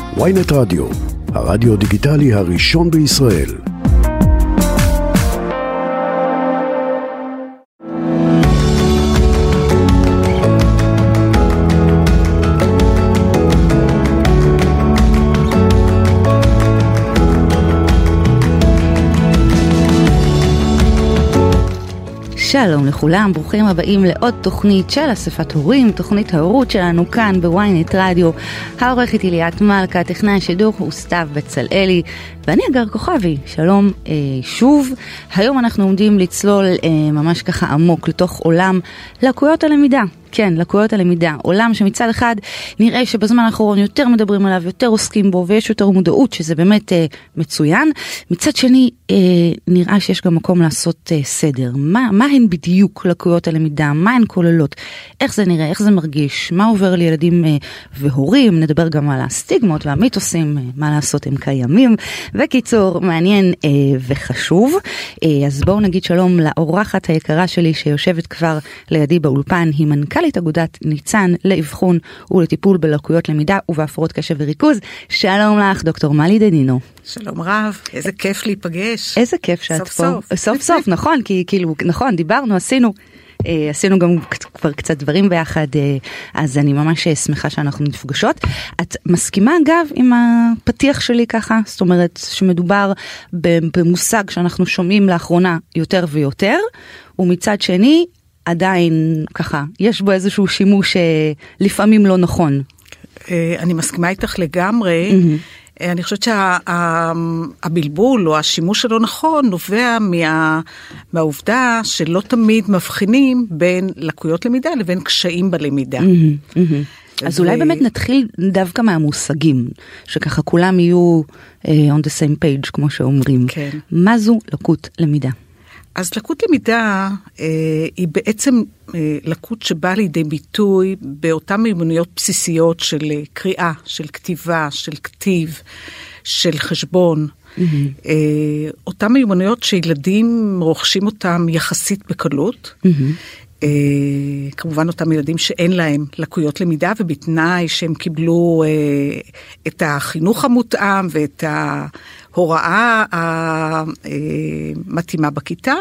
ynet רדיו, הרדיו דיגיטלי הראשון בישראל. שלום לכולם, ברוכים הבאים לעוד תוכנית של אספת הורים, תוכנית ההורות שלנו כאן בוויינט רדיו. העורכת היא ליאת מלכה, טכנאי השידור הוא סתיו בצלאלי, ואני אגר כוכבי. שלום שוב. היום אנחנו עומדים לצלול ממש ככה עמוק לתוך עולם לקויות הלמידה. כן, לקויות הלמידה, עולם שמצד אחד נראה שבזמן האחרון יותר מדברים עליו, יותר עוסקים בו ויש יותר מודעות שזה באמת מצוין. מצד שני נראה שיש גם מקום לעשות סדר. מה הן בדיוק לקויות הלמידה? מה הן כוללות? איך זה נראה? איך זה מרגיש? מה עובר לילדים והורים? נדבר גם על הסטיגמות והמיתוסים, מה לעשות הם קיימים. וקיצור, מעניין וחשוב. אז בואו נגיד שלום לאורחת היקרה שלי שיושבת כבר לידי באולפן, היא מנכ"לית אגודת ניצן לאבחון ולטיפול בלקויות למידה ובהפרעות קשב וריכוז. שלום לך, דוקטור מלי דנינו. שלום רב, איזה כיף להיפגש. איזה כיף שאת פה. סוף סוף, נכון, כי כאילו, נכון, דיברנו, עשינו גם כבר קצת דברים ביחד, אז אני ממש שמחה שאנחנו נפגשות. את מסכימה אגב עם הפתיח שלי ככה? זאת אומרת שמדובר במושג שאנחנו שומעים לאחרונה יותר ויותר, ומצד שני עדיין ככה, יש בו איזשהו שימוש לפעמים לא נכון. אני מסכימה איתך לגמרי. אני חושבת שהבלבול או השימוש שלא נכון נובע מהעובדה שלא תמיד מבחינים בין לקויות למידה לבין קשיים בלמידה. אז אולי באמת נתחיל דווקא מהמושגים, שככה כולם יהיו on the same page כמו שאומרים. כן. מה זו לקות למידה? אז לקות למידה היא בעצם לקות שבאה לידי ביטוי באותן מיומנויות בסיסיות של קריאה, של כתיבה, של כתיב, של חשבון. אותן מיומנויות שילדים רוכשים אותם יחסית בקלות. כמובן אותם ילדים שאין להם לקויות למידה, ובתנאי שהם קיבלו את החינוך המותאם ואת ההוראה המתאימה בכיתה.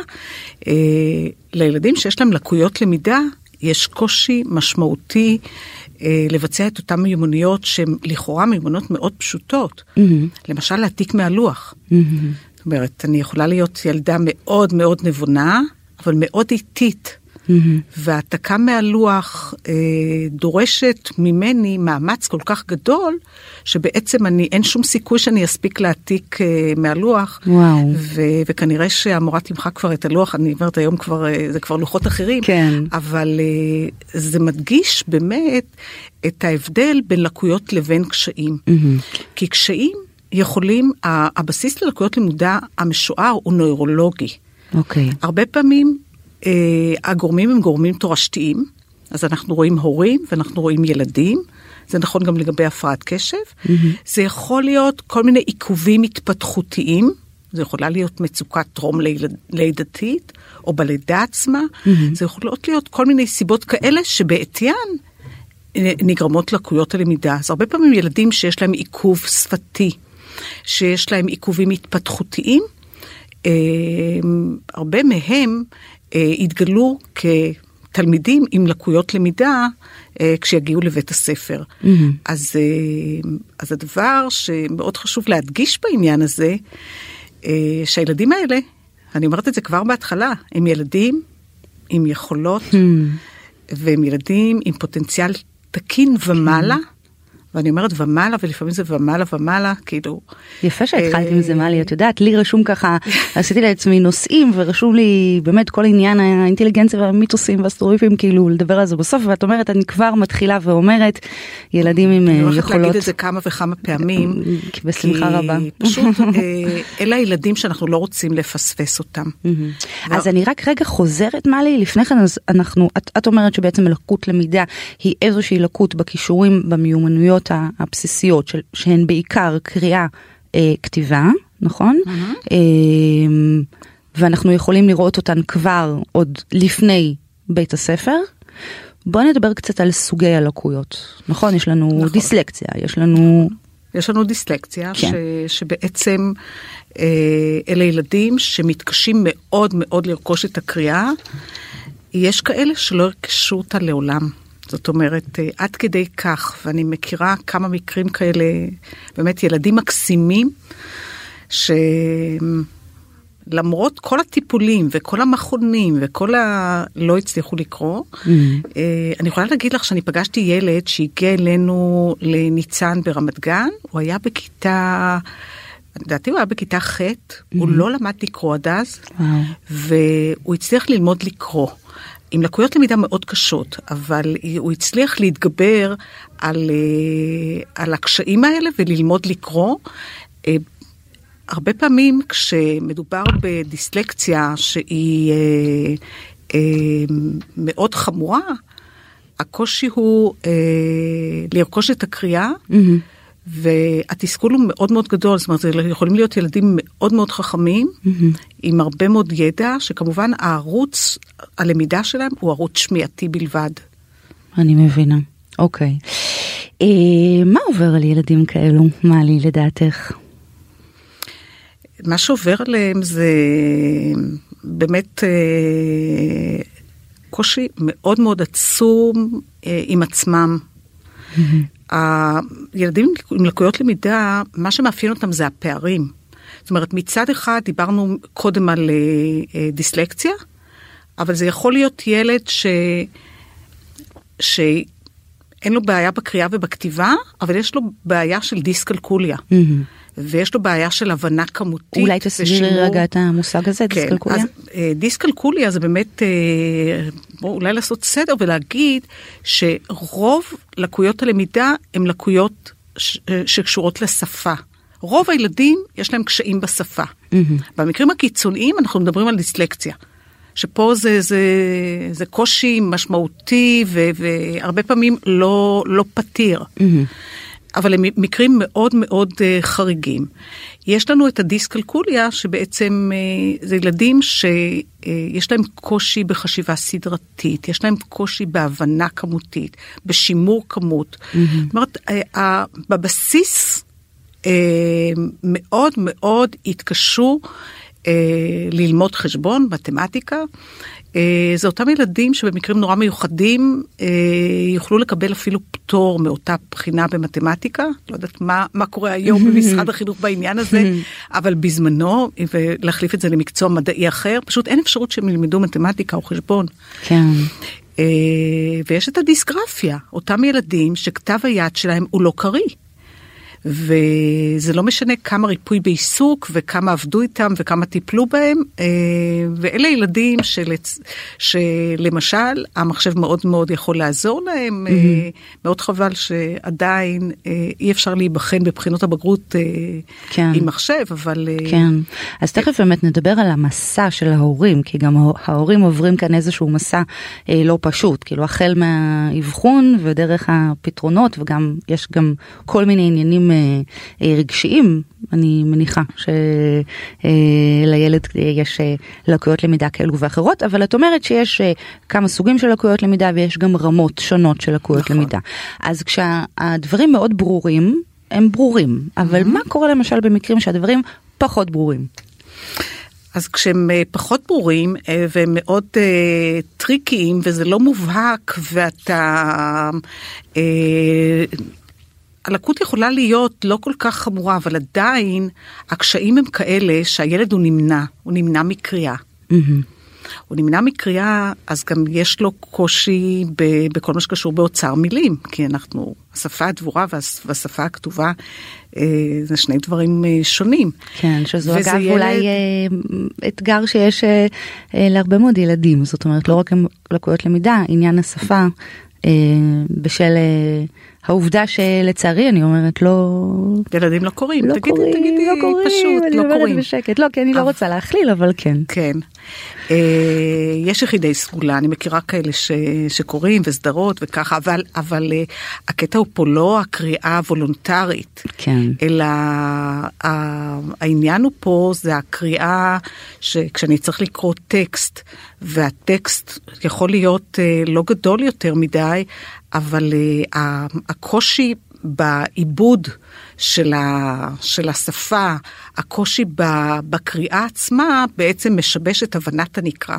לילדים שיש להם לקויות למידה, יש קושי משמעותי לבצע את אותם מיומנויות שהן לכאורה מיומנויות מאוד פשוטות. למשל להעתיק מהלוח. זאת אומרת, אני יכולה להיות ילדה מאוד מאוד נבונה, אבל מאוד איטית. והעתקה מהלוח דורשת ממני מאמץ כל כך גדול, שבעצם אין שום סיכוי שאני אספיק להעתיק מהלוח. וואו. וכנראה שהמורה תמחק כבר את הלוח, אני אומרת היום כבר, זה כבר לוחות אחרים. כן. אבל זה מדגיש באמת את ההבדל בין לקויות לבין קשיים. כי קשיים יכולים, הבסיס ללקויות לימודה המשוער הוא נוירולוגי. אוקיי. הרבה פעמים, הגורמים הם גורמים תורשתיים, אז אנחנו רואים הורים ואנחנו רואים ילדים, זה נכון גם לגבי הפרעת קשב, זה יכול להיות כל מיני עיכובים התפתחותיים, זה יכולה להיות מצוקת טרום לידתית, או בלידה עצמה, זה יכולות להיות כל מיני סיבות כאלה שבעטיין נגרמות לקויות הלמידה. אז הרבה פעמים ילדים שיש להם עיכוב שפתי, שיש להם עיכובים התפתחותיים, הרבה מהם התגלו כתלמידים עם לקויות למידה כשיגיעו לבית הספר. אז הדבר שמאוד חשוב להדגיש בעניין הזה, שהילדים האלה, אני אומרת את זה כבר בהתחלה, הם ילדים עם יכולות, והם ילדים עם פוטנציאל תקין ומעלה, ואני אומרת ומעלה, ולפעמים זה ומעלה, כאילו. יפה שהתחלתי עם זה, מלי, את יודעת, לי רשום ככה, עשיתי לעצמי נושאים, ורשום לי באמת כל עניין האינטליגנציה והמיתוסים והסטריאוטיפים, כאילו, לדבר על זה בסוף, ואת אומרת, אני כבר מתחילה ואומרת, ילדים עם יכולות. אני הולכת להגיד את זה כמה וכמה פעמים. בשמחה רבה. פשוט, אלה הילדים שאנחנו לא רוצים לפספס אותם. אז אני רק רגע חוזרת, מלי, לפני כן, אז את אומרת שבעצם לקות למידה, היא איזושהי לקות בכישורים, במיומנויות הבסיסיות, שהן בעיקר קריאה, כתיבה, נכון? ואנחנו יכולים לראות אותן כבר עוד לפני בית הספר. בואו נדבר קצת על סוגי הלקויות. נכון? יש לנו דיסלקציה, יש לנו יש לנו דיסלקציה, שבעצם אלה ילדים שמתקשים מאוד מאוד לרכוש את הקריאה. יש כאלה שלא ירכשו אותה לעולם. זאת אומרת, עד כדי כך, ואני מכירה כמה מקרים כאלה, באמת ילדים מקסימים, שלמרות כל הטיפולים וכל המכונים וכל לא הצליחו לקרוא, אני יכולה להגיד לך שאני פגשתי ילד שהגיע אלינו לניצן ברמת גן, הוא היה בכיתה, לדעתי הוא היה בכיתה ח', הוא לא למד לקרוא עד אז, והוא הצליח ללמוד לקרוא. עם לקויות למידה מאוד קשות, אבל הוא הצליח להתגבר על הקשיים האלה וללמוד לקרוא. הרבה פעמים כשמדובר בדיסלקציה שהיא מאוד חמורה, הקושי הוא לרכוש את הקריאה, והתסכול הוא מאוד מאוד גדול, זאת אומרת, יכולים להיות ילדים מאוד מאוד חכמים, עם הרבה מאוד ידע, שכמובן הערוץ, הלמידה שלהם הוא ערוץ שמיעתי בלבד. אני מבינה, אוקיי. מה עובר על ילדים כאלו? מה לי לדעתך? מה שעובר עליהם זה באמת קושי מאוד מאוד עצום עם עצמם. הילדים עם לקויות למידה, מה שמאפיין אותם זה הפערים. זאת אומרת, מצד אחד דיברנו קודם על דיסלקציה, אבל זה יכול להיות ילד שאין לו בעיה בקריאה ובכתיבה, אבל יש לו בעיה של דיסקלקוליה. ויש לו בעיה של הבנה כמותית. אולי תסבירי רגע את המושג הזה, דיסקלקוליה? אז דיסקלקוליה זה באמת, אולי לעשות סדר ולהגיד שרוב לקויות הלמידה הן לקויות שקשורות לשפה. רוב הילדים יש להם קשיים בשפה. במקרים הקיצוניים אנחנו מדברים על דיסלקציה. שפה זה קושי משמעותי והרבה פעמים לא פתיר. אבל הם מקרים מאוד מאוד חריגים. יש לנו את הדיסקלקוליה, שבעצם זה ילדים שיש להם קושי בחשיבה סדרתית, יש להם קושי בהבנה כמותית, בשימור כמות. זאת אומרת, בבסיס מאוד מאוד התקשו ללמוד חשבון, מתמטיקה. זה אותם ילדים שבמקרים נורא מיוחדים יוכלו לקבל אפילו פטור מאותה בחינה במתמטיקה. לא יודעת מה קורה היום במשרד החינוך בעניין הזה, אבל בזמנו, ולהחליף את זה למקצוע מדעי אחר, פשוט אין אפשרות שהם ילמדו מתמטיקה או חשבון. כן. ויש את הדיסגרפיה, אותם ילדים שכתב היד שלהם הוא לא קריא. וזה לא משנה כמה ריפוי בעיסוק וכמה עבדו איתם וכמה טיפלו בהם, ואלה ילדים שלמשל המחשב מאוד מאוד יכול לעזור להם, מאוד חבל שעדיין אי אפשר להיבחן בבחינות הבגרות עם מחשב, אבל... כן, אז תכף באמת נדבר על המסע של ההורים, כי גם ההורים עוברים כאן איזשהו מסע לא פשוט, כאילו החל מהאבחון ודרך הפתרונות, וגם יש גם כל מיני עניינים רגשיים, אני מניחה שלילד יש לקויות למידה כאלו ואחרות, אבל את אומרת שיש כמה סוגים של לקויות למידה ויש גם רמות שונות של לקויות למידה. אז כשהדברים מאוד ברורים, הם ברורים, אבל מה קורה למשל במקרים שהדברים פחות ברורים? אז כשהם פחות ברורים והם מאוד טריקיים וזה לא מובהק ואתה... הלקות יכולה להיות לא כל כך חמורה, אבל עדיין הקשיים הם כאלה שהילד הוא נמנע מקריאה. הוא נמנע מקריאה, אז גם יש לו קושי בכל מה שקשור באוצר מילים, כי השפה הדבורה והשפה הכתובה, זה שני דברים שונים. כן, שזו אגב אולי אתגר שיש להרבה מאוד ילדים, זאת אומרת, לא רק לקויות למידה, עניין השפה, בשל העובדה שלצערי אני אומרת לא... ילדים לא קוראים, תגידי פשוט, לא קוראים. בשקט, לא, כי אני לא רוצה להכליל, אבל כן. כן. יש יחידי סגולה, אני מכירה כאלה שקוראים וסדרות וככה, אבל הקטע הוא פה לא הקריאה הוולונטרית, אלא העניין הוא פה זה הקריאה שכשאני צריך לקרוא טקסט, והטקסט יכול להיות לא גדול יותר מדי, אבל הקושי בעיבוד של השפה, הקושי בקריאה עצמה, בעצם משבש את הבנת הנקרא.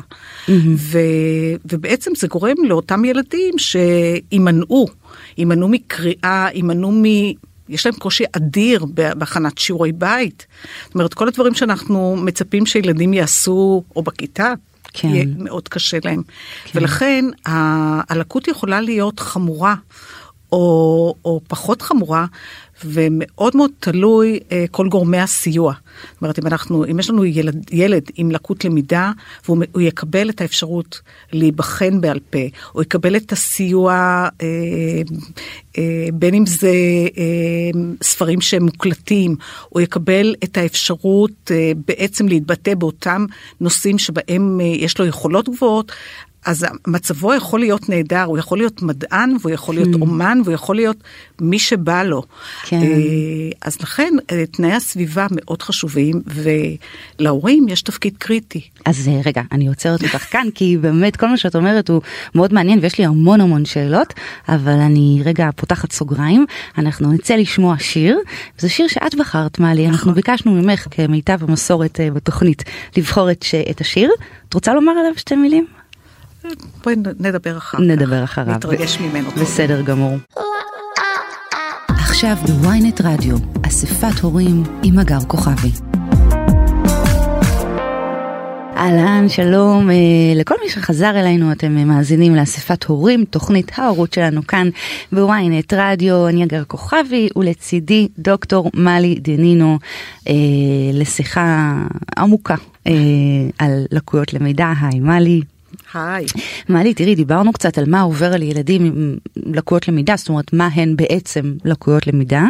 ובעצם זה גורם לאותם ילדים שימנעו מקריאה, יש להם קושי אדיר בהכנת שיעורי בית. זאת אומרת, כל הדברים שאנחנו מצפים שילדים יעשו, או בכיתה, יהיה מאוד קשה להם. ולכן, הלקות יכולה להיות חמורה, או פחות חמורה, ומאוד מאוד תלוי כל גורמי הסיוע. זאת אומרת, אם יש לנו ילד עם לקות למידה, והוא יקבל את האפשרות להיבחן בעל פה, הוא יקבל את הסיוע, בין אם זה ספרים שהם מוקלטים, הוא יקבל את האפשרות בעצם להתבטא באותם נושאים שבהם יש לו יכולות גבוהות, אז מצבו יכול להיות נהדר, הוא יכול להיות מדען, והוא יכול להיות אומן, והוא יכול להיות מי שבא לו. כן. אז לכן, תנאי הסביבה מאוד חשובים, ולהורים יש תפקיד קריטי. אז רגע, אני עוצרת אותך כאן, כי באמת כל מה שאת אומרת הוא מאוד מעניין, ויש לי המון שאלות, אבל אני רגע פותחת סוגריים, אנחנו נצא לשמוע שיר, וזה שיר שאת בחרת, מעלי, אנחנו ביקשנו ממך כמיטב המסורת בתוכנית, לבחור את השיר. את רוצה לומר עליו שתי מילים? בואי נדבר אחר כך. נדבר אחריו. נתרגש ממנו. בסדר גמור. עכשיו בוויינט רדיו, אספת הורים עם אגר כוכבי. אהלן, שלום לכל מי שחזר אלינו, אתם מאזינים לאספת הורים, תוכנית ההורות שלנו כאן בוויינט רדיו, אני אגר כוכבי, ולצידי דוקטור מלי דנינו, לשיחה עמוקה על לקויות למידע. היי מלי. היי. מלי, תראי, דיברנו קצת על מה עובר על ילדים עם לקויות למידה, זאת אומרת, מה הן בעצם לקויות למידה,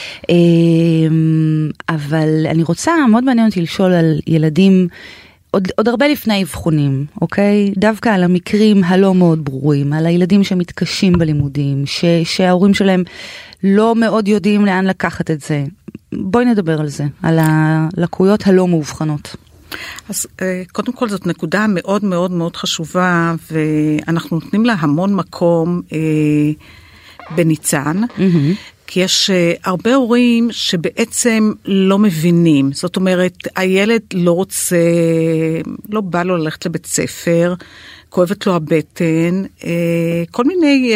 אבל אני רוצה, מאוד מעניין אותי לשאול על ילדים, עוד הרבה לפני אבחונים, אוקיי? דווקא על המקרים הלא מאוד ברורים, על הילדים שמתקשים בלימודים, שההורים שלהם לא מאוד יודעים לאן לקחת את זה. בואי נדבר על זה, על הלקויות הלא מאובחנות. אז קודם כל זאת נקודה מאוד מאוד מאוד חשובה, ואנחנו נותנים לה המון מקום בניצן, כי יש הרבה הורים שבעצם לא מבינים. זאת אומרת, הילד לא רוצה, לא בא לו ללכת לבית ספר, כואבת לו הבטן, כל מיני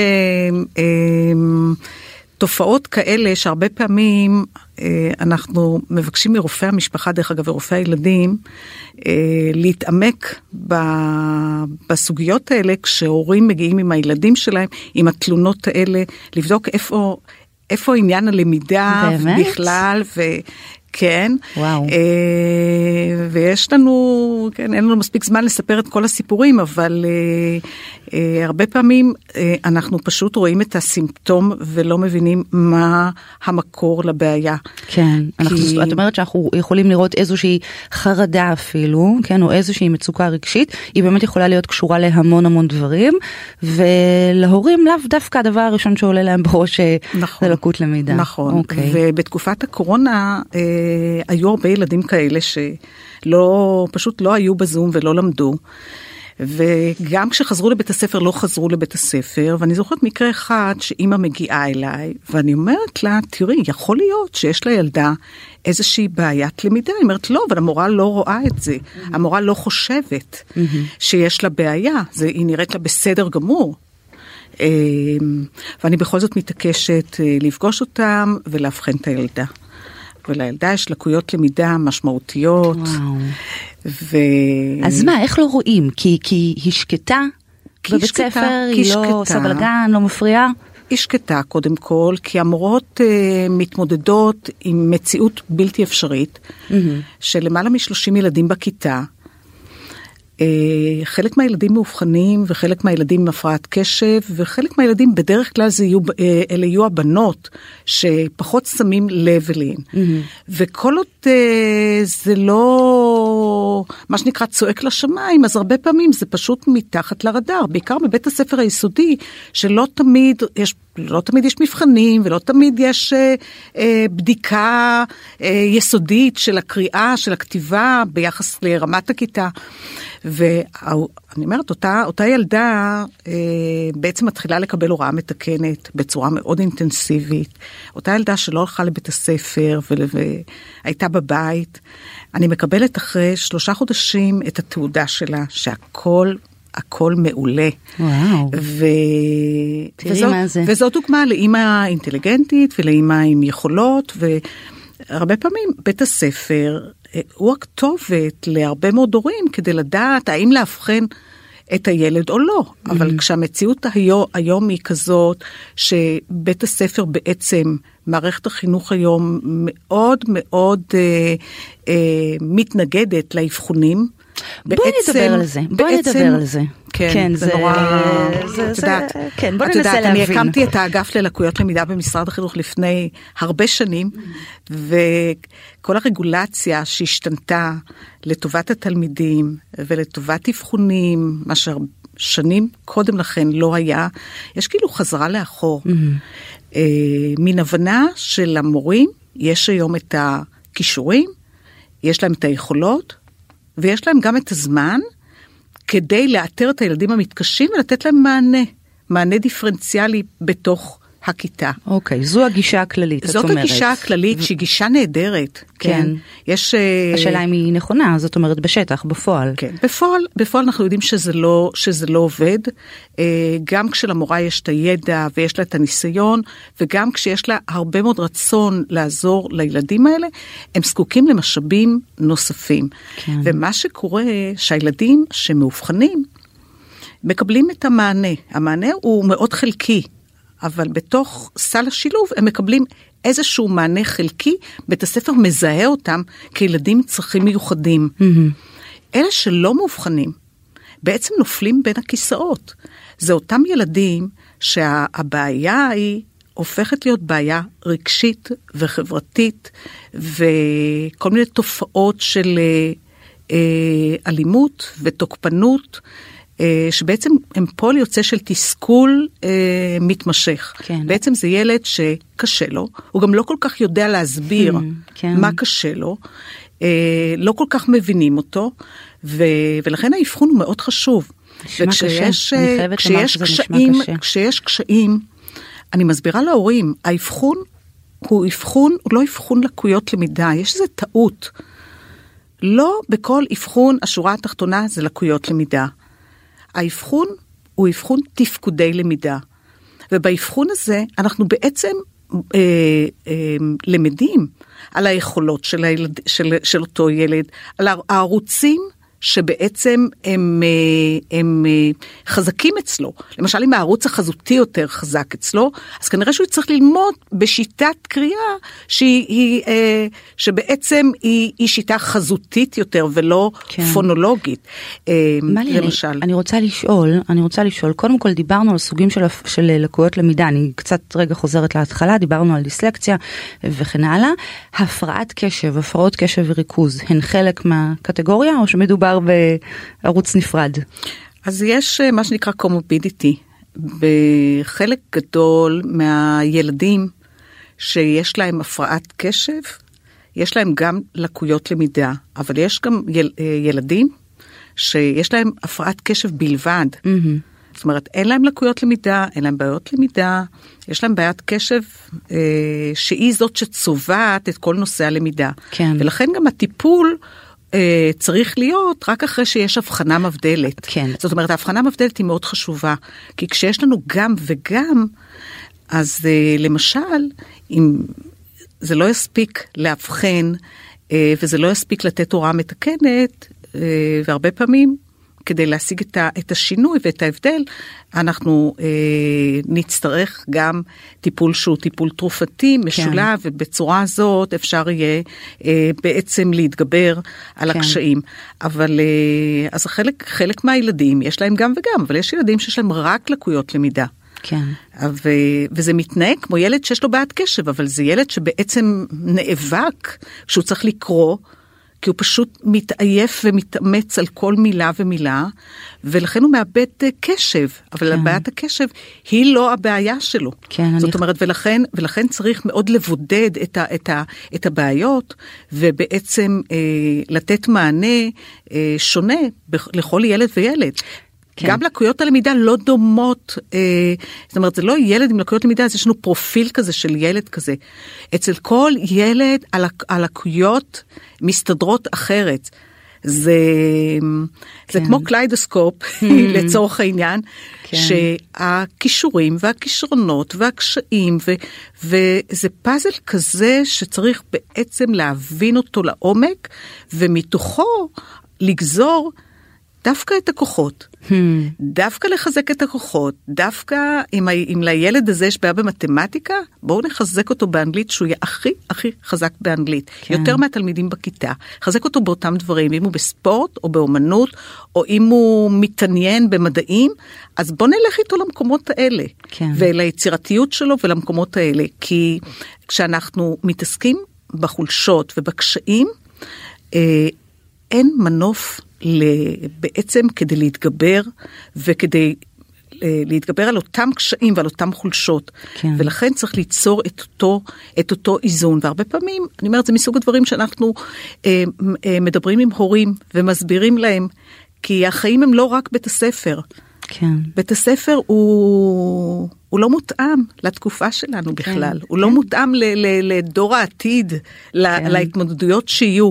תופעות כאלה שהרבה פעמים אנחנו מבקשים מרופאי המשפחה, דרך אגב, ורופאי הילדים, להתעמק בסוגיות האלה, כשהורים מגיעים עם הילדים שלהם, עם התלונות האלה, לבדוק איפה עניין הלמידה בכלל, כן. וואו. ויש לנו, כן, אין לנו מספיק זמן לספר את כל הסיפורים, אבל הרבה פעמים אנחנו פשוט רואים את הסימפטום ולא מבינים מה המקור לבעיה. כן. את אומרת שאנחנו יכולים לראות איזושהי חרדה אפילו, כן, או איזושהי מצוקה רגשית, היא באמת יכולה להיות קשורה להמון דברים, ולהורים לאו דווקא הדבר הראשון שעולה להם בראש זה לקות למידה. נכון. ובתקופת הקורונה היו הרבה ילדים כאלה פשוט לא היו בזום ולא למדו, וגם כשחזרו לבית הספר לא חזרו לבית הספר, ואני זוכרת מקרה אחד שאמא מגיעה אליי, ואני אומרת לה, תראי, יכול להיות שיש לילדה איזושהי בעיית למידה. אני אומרת, לא, אבל המורה לא רואה את זה. המורה לא חושבת שיש לה בעיה, היא נראית לה בסדר גמור. ואני בכל זאת מתעקשת לפגוש אותם ולהבחן את הילדה. ולילדה יש לקויות למידה משמעותיות. אז מה, איך לא רואים? כי היא שקטה בבית ספר, היא לא עושה בלגן, לא מפריעה? היא שקטה קודם כל, כי המורות מתמודדות עם מציאות בלתי אפשרית, של למעלה מ-30 ילדים בכיתה, חלק מהילדים מאובחנים, וחלק מהילדים עם הפרעת קשב, וחלק מהילדים בדרך כלל אלה יהיו הבנות, שפחות שמים לב אליהן. וכל עוד זה לא, מה שנקרא, צועק לשמיים, אז הרבה פעמים זה פשוט מתחת לרדאר, בעיקר בבית הספר היסודי, שלא תמיד יש לא תמיד יש מבחנים, ולא תמיד יש בדיקה יסודית של הקריאה, של הכתיבה, ביחס לרמת הכיתה. ואני אומרת, אותה ילדה בעצם מתחילה לקבל הוראה מתקנת, בצורה מאוד אינטנסיבית. אותה ילדה שלא הלכה לבית הספר, והייתה בבית. אני מקבלת אחרי 3 חודשים את התעודה שלה, הכל מעולה. וואו. תראי מה זה. וזו דוגמה לאמא אינטליגנטית ולאמא עם יכולות, והרבה פעמים בית הספר הוא הכתובת להרבה מאוד הורים כדי לדעת האם להבחן את הילד או לא. אבל כשהמציאות היום היא כזאת שבית הספר בעצם, מערכת החינוך היום מאוד מאוד מתנגדת לאבחונים, בואי נדבר על זה, בואי נדבר על זה. כן, זה נורא... כן, בואי ננסה להבין. אני הקמתי את האגף ללקויות למידה במשרד החינוך לפני הרבה שנים, וכל הרגולציה שהשתנתה לטובת התלמידים ולטובת אבחונים, מה ששנים קודם לכן לא היה, יש כאילו חזרה לאחור. מן הבנה של המורים, יש היום את הכישורים, יש להם את היכולות, ויש להם גם את הזמן, כדי לאתר את הילדים המתקשים, ולתת להם מענה דיפרנציאלי בתוך הכיתה. אוקיי, זו הגישה הכללית, זאת הגישה הכללית, שהיא גישה נהדרת. כן. יש... השאלה אם היא נכונה, זאת אומרת בשטח, בפועל. כן, בפועל אנחנו יודעים שזה לא עובד, גם כשלמורה יש את הידע ויש לה את הניסיון, וגם כשיש לה הרבה מאוד רצון לעזור לילדים האלה, הם זקוקים למשאבים נוספים. כן. ומה שקורה, שהילדים שמאובחנים, מקבלים את המענה. המענה הוא מאוד חלקי, אבל בתוך סל השילוב הם מקבלים איזשהו מענה חלקי, בית הספר מזהה אותם כילדים עם צרכים מיוחדים. אלה שלא מאובחנים, בעצם נופלים בין הכיסאות. זה אותם ילדים שהבעיה היא הופכת להיות בעיה רגשית וחברתית, וכל מיני תופעות של אלימות ותוקפנות, שבעצם הם פועל יוצא של תסכול מתמשך. כן. בעצם זה ילד שקשה לו, הוא גם לא כל כך יודע להסביר כן. מה קשה לו, לא כל כך מבינים אותו, ולכן האבחון הוא מאוד חשוב. וכשיש קשיים, אני מסבירה להורים, האבחון הוא לא אבחון לקויות למידה, יש איזו טעות. לא בכל אבחון השורה התחתונה זה לקויות למידה. האבחון הוא אבחון תפקודי למידה, ובאבחון הזה אנחנו בעצם למדים על היכולות של אותו ילד, על הערוצים שבעצם הם חזקים אצלו. למשל, אם הערוץ החזותי יותר חזק אצלו, אז כנראה שהוא צריך ללמוד בשיטת קריאה שבעצם היא שיטה חזותית יותר ולא פונולוגית. למשל. אני רוצה לשאול, קודם כל דיברנו על סוגים של לקויות למידה, אני קצת רגע חוזרת להתחלה, דיברנו על דיסלקציה וכן הלאה. הפרעת קשב, הפרעות קשב וריכוז, הן חלק מהקטגוריה או שמדובר בערוץ נפרד? אז יש מה שנקרא קומורבידיטי. בחלק גדול מהילדים שיש להם הפרעת קשב, יש להם גם לקויות למידה, אבל יש גם ילדים שיש להם הפרעת קשב בלבד. זאת אומרת, אין להם לקויות למידה, אין להם בעיות למידה, יש להם בעיית קשב שהיא זאת שצובעת את כל נושא הלמידה. כן. ולכן גם הטיפול צריך להיות רק אחרי שיש הבחנה מבדלת. כן. זאת אומרת, ההבחנה מבדלת היא מאוד חשובה, כי כשיש לנו גם וגם, אז למשל, אם זה לא יספיק להבחן, וזה לא יספיק לתת הוראה מתקנת, והרבה פעמים, כדי להשיג את השינוי ואת ההבדל, אנחנו נצטרך גם טיפול שהוא טיפול תרופתי, משולב, ובצורה הזאת אפשר יהיה בעצם להתגבר על הקשיים. אבל אז חלק מהילדים יש להם גם וגם, אבל יש ילדים שיש להם רק לקויות למידה. כן. וזה מתנהג כמו ילד שיש לו בעיית קשב, אבל זה ילד שבעצם נאבק שהוא צריך לקרוא, כי הוא פשוט מתעייף ומתאמץ על כל מילה ומילה, ולכן הוא מאבד קשב, אבל בעיית הקשב היא לא הבעיה שלו. זאת אומרת, ולכן צריך מאוד לבודד את הבעיות, ובעצם לתת מענה שונה לכל ילד וילד. כן. גם לקויות הלמידה לא דומות, זאת אומרת, זה לא ילד עם לקויות למידה, אז יש לנו פרופיל כזה של ילד כזה. אצל כל ילד הלקויות מסתדרות אחרת. זה כמו קליידוסקופ, לצורך העניין, שהכישורים והכישרונות והקשיים, וזה פאזל כזה שצריך בעצם להבין אותו לעומק, ומתוכו לגזור דווקא את הכוחות, דווקא לחזק את הכוחות, דווקא אם לילד הזה יש בעיה במתמטיקה, בואו נחזק אותו באנגלית, שהוא יהיה הכי חזק באנגלית, יותר מהתלמידים בכיתה, חזק אותו באותם דברים, אם הוא בספורט או באומנות, או אם הוא מתעניין במדעים, אז בואו נלך איתו למקומות האלה, וליצירתיות שלו ולמקומות האלה, כי כשאנחנו מתעסקים בחולשות ובקשיים, אין מנוף בעצם כדי להתגבר, וכדי להתגבר על אותם קשיים ועל אותם חולשות. כן. ולכן צריך ליצור את אותו איזון. והרבה פעמים, אני אומרת, זה מסוג הדברים שאנחנו מדברים עם הורים ומסבירים להם, כי החיים הם לא רק בית הספר. כן. בית הספר הוא לא מותאם לתקופה שלנו בכלל. הוא לא מותאם לדור העתיד, להתמודדויות שיהיו.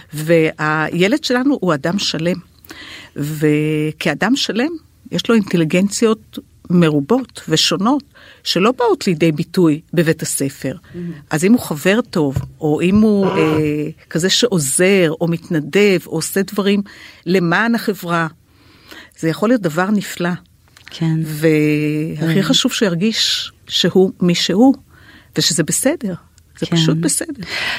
והילד שלנו הוא אדם שלם. וכאדם שלם, יש לו אינטליגנציות מרובות ושונות, שלא באות לידי ביטוי בבית הספר. אז אם הוא חבר טוב, או אם הוא כזה שעוזר, או מתנדב, או עושה דברים למען החברה, זה יכול להיות דבר נפלא. כן. והכי חשוב שירגיש שהוא מי שהוא, ושזה בסדר. זה פשוט בסדר.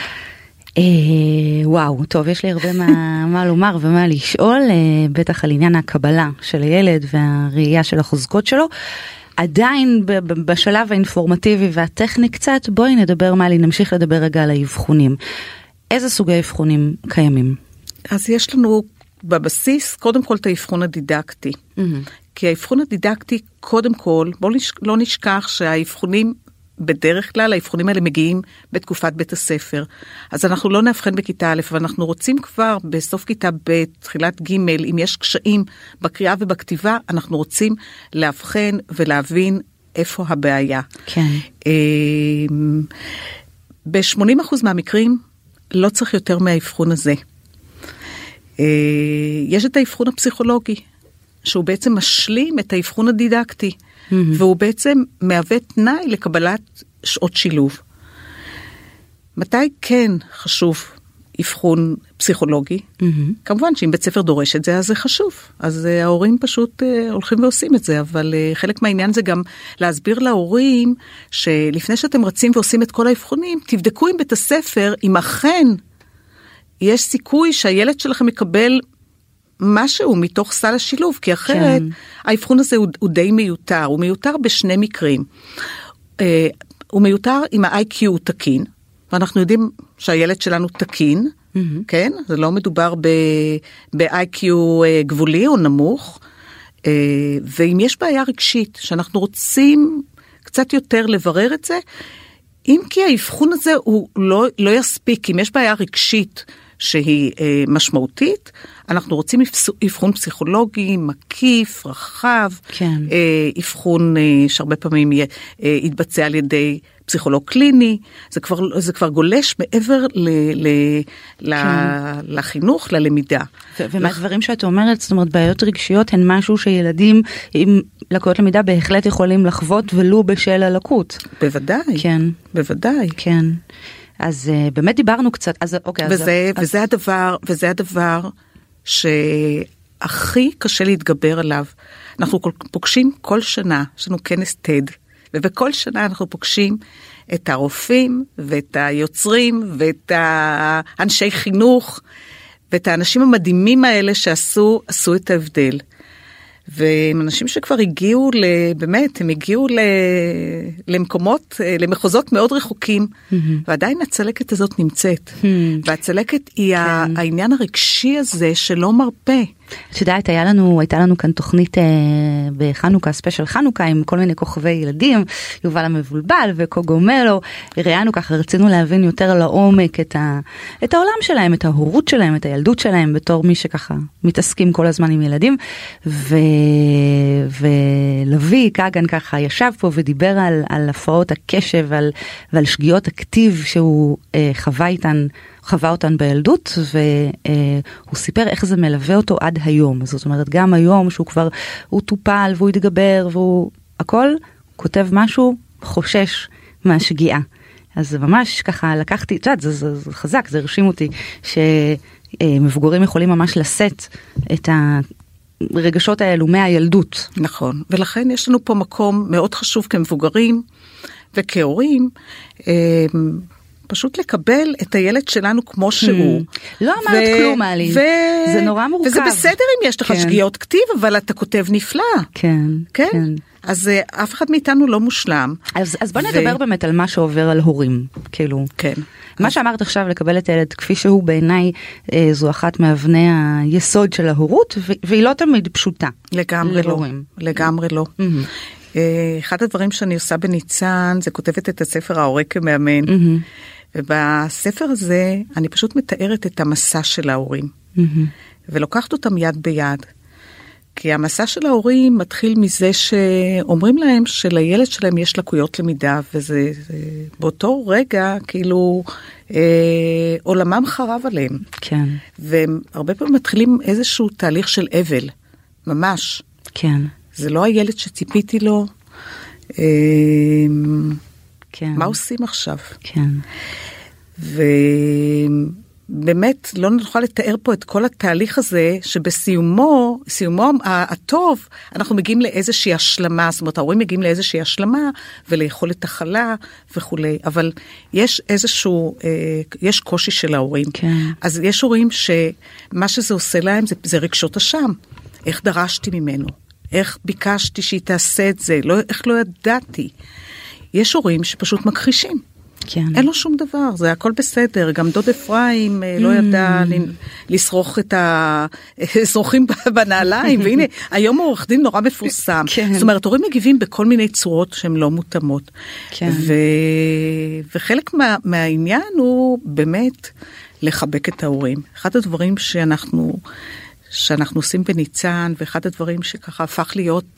וואו, טוב, יש לי הרבה מה לומר ומה לשאול, בטח על עניין הקבלה של הילד והראייה של החוזקות שלו. עדיין בשלב האינפורמטיבי והטכני קצת, בואי נדבר נמשיך לדבר רגע על האבחונים. איזה סוגי אבחונים קיימים? אז יש לנו בבסיס, קודם כל, את האבחון הדידקטי. כי האבחון הדידקטי, קודם כל, בואו לא נשכח שהאבחונים, בדרך כלל, האבחונים האלה מגיעים בתקופת בית הספר. אז אנחנו לא נאבחן בכיתה א', אבל אנחנו רוצים כבר בסוף כיתה ב', תחילת ג', אם יש קשיים בקריאה ובכתיבה, אנחנו רוצים לאבחן ולהבין איפה הבעיה. כן. ב-80% מהמקרים, לא צריך יותר מהאבחון הזה. יש את האבחון הפסיכולוגי, שהוא בעצם משלים את האבחון הדידקטי, והוא בעצם מהווה תנאי לקבלת שעות שילוב. מתי כן חשוב אבחון פסיכולוגי? כמובן שאם בית ספר דורש את זה, אז זה חשוב. אז ההורים פשוט הולכים ועושים את זה, אבל חלק מהעניין זה גם להסביר להורים, שלפני שאתם רצים ועושים את כל האבחונים, תבדקו עם בית הספר, אם אכן יש סיכוי שהילד שלכם יקבל משהו מתוך סל השילוב, כי אחרת האבחון הזה הוא די מיותר. הוא מיותר בשני מקרים. הוא מיותר אם ה-IQ הוא תקין, ואנחנו יודעים שהילד שלנו תקין, כן? זה לא מדובר ב-IQ גבולי או נמוך, ואם יש בעיה רגשית, שאנחנו רוצים קצת יותר לברר את זה, אם כי האבחון הזה הוא לא יספיק, אם יש בעיה רגשית שהיא משמעותית, אנחנו רוצים אבחון פסיכולוגי, מקיף, רחב, כן. אבחון שהרבה פעמים יתבצע על ידי פסיכולוג קליני, זה כבר גולש מעבר לחינוך, ללמידה. ומהדברים שאת אומרת, זאת אומרת, בעיות רגשיות הן משהו שילדים עם לקויות למידה בהחלט יכולים לחוות ולו בשל הלקות. בוודאי, כן. בוודאי. כן. אז באמת דיברנו קצת, אז אוקיי. וזה הדבר שהכי קשה להתגבר עליו. אנחנו פוגשים כל שנה, יש לנו כנס TED, ובכל שנה אנחנו פוגשים את הרופאים, ואת היוצרים, ואת האנשי חינוך, ואת האנשים המדהימים האלה שעשו את ההבדל. והם אנשים שכבר הגיעו, באמת, הם הגיעו למקומות, למחוזות מאוד רחוקים, ועדיין הצלקת הזאת נמצאת. והצלקת היא העניין הרגשי הזה שלא מרפא. את יודעת, הייתה לנו כאן תוכנית בחנוכה, ספיישל חנוכה, עם כל מיני כוכבי ילדים, יובל המבולבל וקוגומלו, ראינו ככה, רצינו להבין יותר לעומק את העולם שלהם, את ההורות שלהם, את הילדות שלהם, בתור מי שככה מתעסקים כל הזמן עם ילדים, ולוי קאגן ככה ישב פה ודיבר על הפרעות הקשב, ועל שגיאות הכתיב שהוא חווה אותן בילדות, והוא סיפר איך זה מלווה אותו עד היום. זאת אומרת, גם היום שהוא כבר, הוא טופל והוא יתגבר, והוא הכל, הוא כותב משהו, חושש מהשגיאה. אז זה ממש ככה לקחתי, את יודעת, זה חזק, זה הרשים אותי, שמבוגרים יכולים ממש לשאת את הרגשות האלו מהילדות. נכון, ולכן יש לנו פה מקום מאוד חשוב כמבוגרים וכהורים, פשוט לקבל את הילד שלנו כמו שהוא. לא אמרת כלום, עלי. זה נורא מורכב. וזה בסדר אם יש לך שגיאות כתיב, אבל אתה כותב נפלא. כן. כן. אז אף אחד מאיתנו לא מושלם. אז בוא נדבר באמת על מה שעובר על הורים. כאילו. כן. מה שאמרת עכשיו לקבל את הילד כפי שהוא בעיניי זו אחת מאבני היסוד של ההורות, והיא לא תמיד פשוטה. לגמרי לא. לגמרי לא. אחד הדברים שאני עושה בניצן, זה כותבת את הספר ההורה כמאמן. ובספר הזה אני פשוט מתארת את המסע של ההורים. ולוקחת אותם יד ביד. כי המסע של ההורים מתחיל מזה שאומרים להם שלילד שלהם יש לקויות למידה, וזה באותו רגע כאילו עולמם חרב עליהם. כן. והם הרבה פעמים מתחילים איזשהו תהליך של אבל, ממש. כן. זה לא הילד שציפיתי לו. כן. מה עושים עכשיו? כן. באמת לא נוכל לתאר פה את כל התהליך הזה, שבסיומו הטוב, אנחנו מגיעים לאיזושהי השלמה, זאת אומרת, ההורים מגיעים לאיזושהי השלמה, וליכולת הכלה וכו'. אבל יש יש קושי של ההורים. כן. אז יש הורים שמה שזה עושה להם, זה רגשות אשם. איך דרשתי ממנו? איך ביקשתי שהיא תעשה את זה? איך לא ידעתי? יש הורים שפשוט מכחישים. כן. אין לו שום דבר, זה הכל בסדר. גם דוד אפרים לא ידע לסרוך את הסרוכים בנעליים, והנה, היום הוא עורך דין נורא מפורסם. כן. זאת אומרת, הורים מגיבים בכל מיני צורות שהן לא מותאמות. כן. וחלק מהעניין הוא באמת לחבק את ההורים. אחד הדברים שאנחנו עושים בניצן, ואחד הדברים שככה הפך להיות